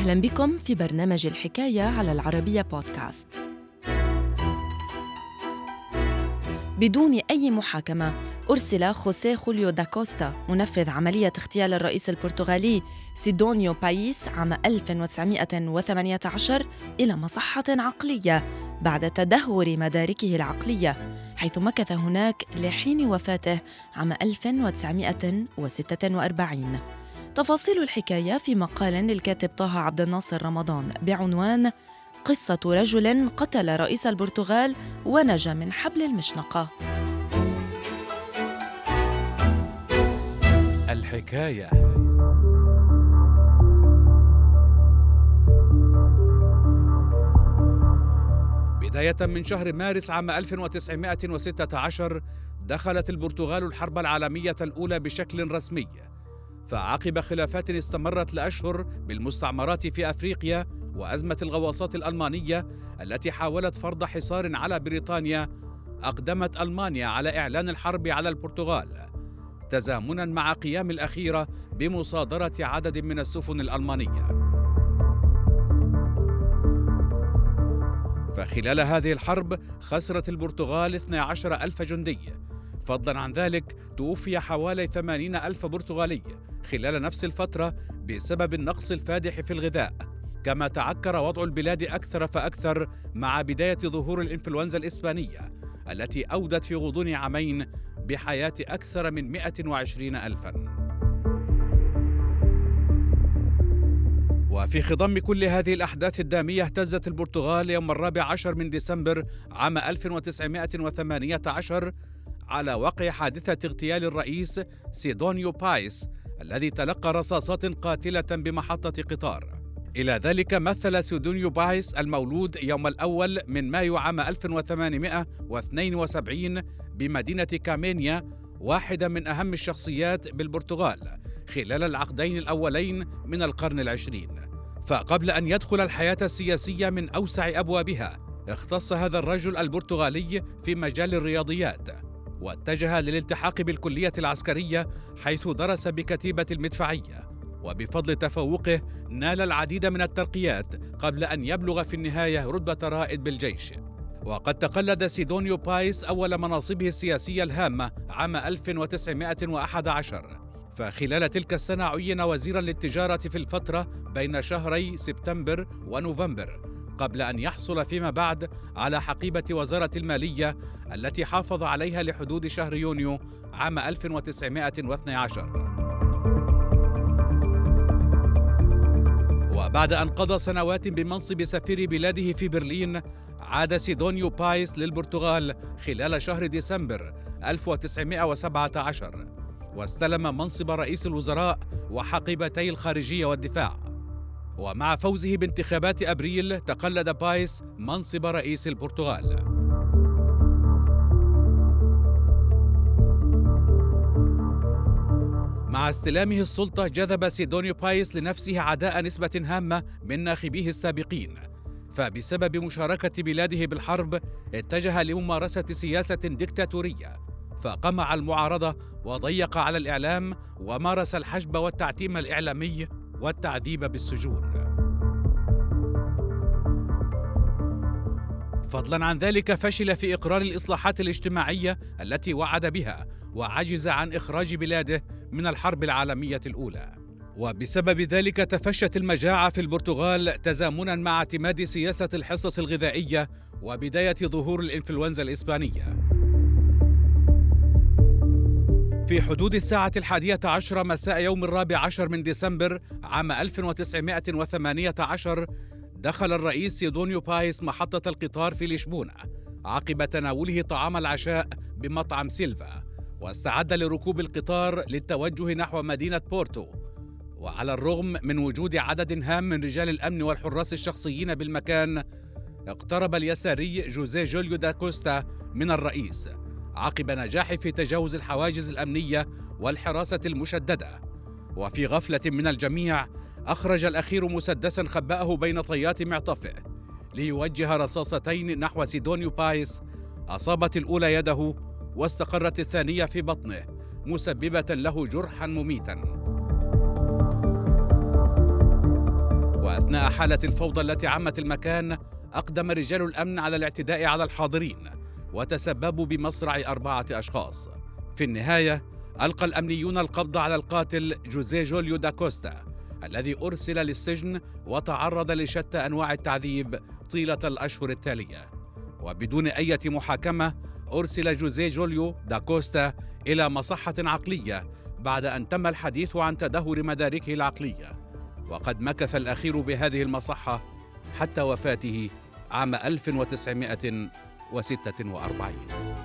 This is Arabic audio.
أهلاً بكم في برنامج الحكاية على العربية بودكاست. بدون أي محاكمة أرسل خوسيه خوليو دا كوستا منفذ عملية اغتيال الرئيس البرتغالي سيدونيو بايس عام 1918 إلى مصحة عقلية بعد تدهور مداركه العقلية، حيث مكث هناك لحين وفاته عام 1946. تفاصيل الحكاية في مقال للكاتب طه عبد الناصر رمضان بعنوان قصة رجل قتل رئيس البرتغال ونجا من حبل المشنقة. الحكاية. بداية من شهر مارس عام 1916 دخلت البرتغال الحرب العالمية الأولى بشكل رسمي، فعقب خلافات استمرت لأشهر بالمستعمرات في أفريقيا وأزمة الغواصات الألمانية التي حاولت فرض حصار على بريطانيا، أقدمت ألمانيا على إعلان الحرب على البرتغال تزامناً مع قيام الأخيرة بمصادرة عدد من السفن الألمانية. فخلال هذه الحرب خسرت البرتغال 12,000 جندي، فضلاً عن ذلك توفي حوالي 80,000 برتغالي خلال نفس الفترة بسبب النقص الفادح في الغذاء، كما تعكر وضع البلاد أكثر فأكثر مع بداية ظهور الإنفلونزا الإسبانية التي أودت في غضون عامين بحياة أكثر من 120,000. وفي خضم كل هذه الأحداث الدامية اهتزت البرتغال يوم 14 من ديسمبر عام 1918 على وقع حادثة اغتيال الرئيس سيدونيو بايس الذي تلقى رصاصات قاتلة بمحطة قطار. إلى ذلك مثل سيدونيو بايس المولود يوم 1 من مايو عام 1872 بمدينة كامينيا واحدة من أهم الشخصيات بالبرتغال خلال العقدين الأولين من القرن العشرين. فقبل أن يدخل الحياة السياسية من أوسع أبوابها، اختص هذا الرجل البرتغالي في مجال الرياضيات، واتجه للالتحاق بالكلية العسكرية حيث درس بكتيبة المدفعية، وبفضل تفوقه نال العديد من الترقيات قبل أن يبلغ في النهاية رتبة رائد بالجيش. وقد تقلد سيدونيو بايس أول مناصبه السياسية الهامة عام 1911، فخلال تلك السنة عين وزيراً للتجارة في الفترة بين شهري سبتمبر ونوفمبر، قبل أن يحصل فيما بعد على حقيبة وزارة المالية التي حافظ عليها لحدود شهر يونيو عام 1912. وبعد أن قضى سنوات بمنصب سفير بلاده في برلين، عاد سيدونيو بايس للبرتغال خلال شهر ديسمبر 1917 واستلم منصب رئيس الوزراء وحقيبتي الخارجية والدفاع. ومع فوزه بانتخابات أبريل تقلد بايس منصب رئيس البرتغال. مع استلامه السلطة جذب سيدونيو بايس لنفسه عداء نسبة هامة من ناخبيه السابقين، فبسبب مشاركة بلاده بالحرب اتجه لممارسة سياسة ديكتاتورية، فقمع المعارضة وضيق على الإعلام ومارس الحجب والتعتيم الإعلامي والتعذيب بالسجون. فضلاً عن ذلك فشل في إقرار الإصلاحات الاجتماعية التي وعد بها، وعجز عن إخراج بلاده من الحرب العالمية الأولى. وبسبب ذلك تفشت المجاعة في البرتغال تزامناً مع اعتماد سياسة الحصص الغذائية وبداية ظهور الإنفلونزا الإسبانية. في حدود الساعة 11 مساء يوم 14 من ديسمبر عام 1918 دخل الرئيس سيدونيو بايس محطة القطار في لشبونة عقب تناوله طعام العشاء بمطعم سيلفا، واستعد لركوب القطار للتوجه نحو مدينة بورتو. وعلى الرغم من وجود عدد هام من رجال الأمن والحراس الشخصيين بالمكان، اقترب اليساري جوزيه جوليو دا كوستا من الرئيس عقب نجاحه في تجاوز الحواجز الأمنية والحراسة المشددة. وفي غفلة من الجميع أخرج الأخير مسدساً خبأه بين طيات معطفه ليوجه رصاصتين نحو سيدونيو بايس، أصابت الأولى يده واستقرت الثانية في بطنه مسببة له جرحاً مميتاً. وأثناء حالة الفوضى التي عمت المكان أقدم رجال الأمن على الاعتداء على الحاضرين وتسببوا بمصرع 4 أشخاص. في النهاية ألقى الأمنيون القبض على القاتل جوزيه جوليو داكوستا الذي أرسل للسجن وتعرض لشتى أنواع التعذيب طيلة الأشهر التالية. وبدون أي محاكمة أرسل جوزيه جوليو داكوستا إلى مصحة عقلية بعد أن تم الحديث عن تدهور مداركه العقلية، وقد مكث الأخير بهذه المصحة حتى وفاته عام 1946.